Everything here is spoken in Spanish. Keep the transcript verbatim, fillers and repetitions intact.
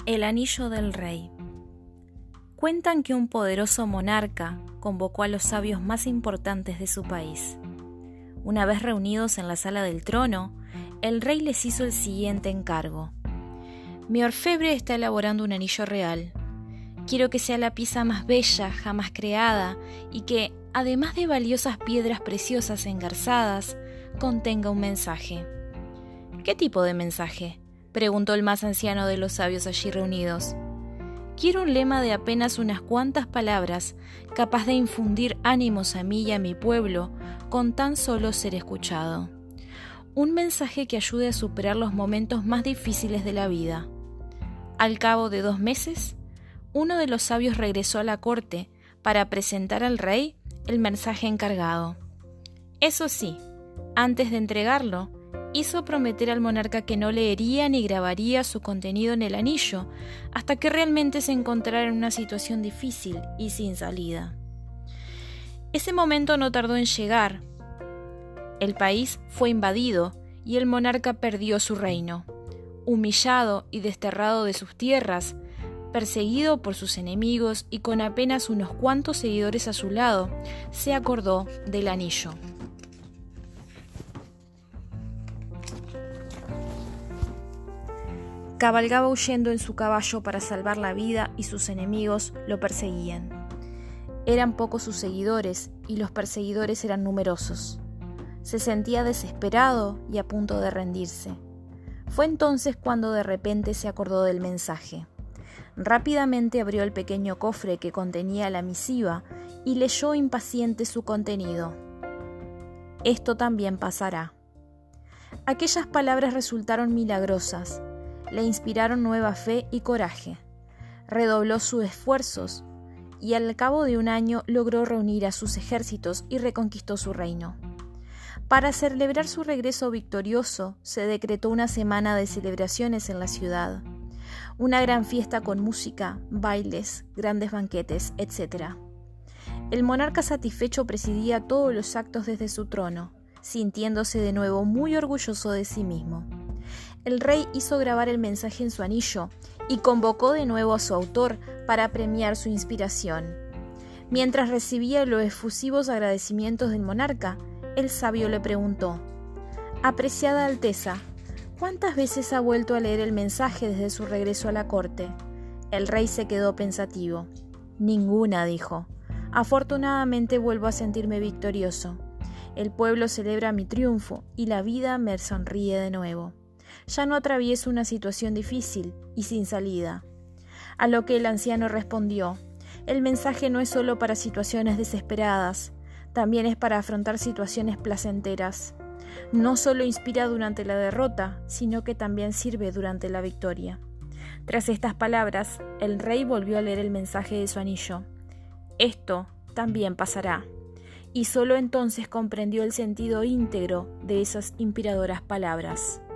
El anillo del rey. Cuentan que un poderoso monarca convocó a los sabios más importantes de su país. Una vez reunidos en la sala del trono, el rey les hizo el siguiente encargo. Mi orfebre está elaborando un anillo real. Quiero que sea la pieza más bella jamás creada y que, además de valiosas piedras preciosas engarzadas, contenga un mensaje. ¿Qué tipo de mensaje?, preguntó el más anciano de los sabios allí reunidos. Quiero un lema de apenas unas cuantas palabras, capaz de infundir ánimos a mí y a mi pueblo con tan solo ser escuchado. Un mensaje que ayude a superar los momentos más difíciles de la vida. Al cabo de dos meses, uno de los sabios regresó a la corte para presentar al rey el mensaje encargado. Eso sí, antes de entregarlo, hizo prometer al monarca que no leería ni grabaría su contenido en el anillo hasta que realmente se encontrara en una situación difícil y sin salida. Ese momento no tardó en llegar. El país fue invadido y el monarca perdió su reino. Humillado y desterrado de sus tierras, perseguido por sus enemigos y con apenas unos cuantos seguidores a su lado, se acordó del anillo. Cabalgaba huyendo en su caballo para salvar la vida y sus enemigos lo perseguían. Eran pocos sus seguidores y los perseguidores eran numerosos. Se sentía desesperado y a punto de rendirse. Fue entonces cuando de repente se acordó del mensaje. Rápidamente abrió el pequeño cofre que contenía la misiva y leyó impaciente su contenido. Esto también pasará. Aquellas palabras resultaron milagrosas. Le inspiraron nueva fe y coraje. Redobló sus esfuerzos y al cabo de un año logró reunir a sus ejércitos y reconquistó su reino. Para celebrar su regreso victorioso, se decretó una semana de celebraciones en la ciudad. Una gran fiesta con música, bailes, grandes banquetes, etcétera. El monarca satisfecho presidía todos los actos desde su trono, sintiéndose de nuevo muy orgulloso de sí mismo. El rey hizo grabar el mensaje en su anillo y convocó de nuevo a su autor para premiar su inspiración. Mientras recibía los efusivos agradecimientos del monarca, el sabio le preguntó: «Apreciada Alteza, ¿cuántas veces ha vuelto a leer el mensaje desde su regreso a la corte?» El rey se quedó pensativo. «Ninguna», dijo. «Afortunadamente vuelvo a sentirme victorioso. El pueblo celebra mi triunfo y la vida me sonríe de nuevo. Ya no atravieso una situación difícil y sin salida». A lo que el anciano respondió: «El mensaje no es solo para situaciones desesperadas, también es para afrontar situaciones placenteras. No solo inspira durante la derrota, sino que también sirve durante la victoria». Tras estas palabras, el rey volvió a leer el mensaje de su anillo. «Esto también pasará». Y solo entonces comprendió el sentido íntegro de esas inspiradoras palabras.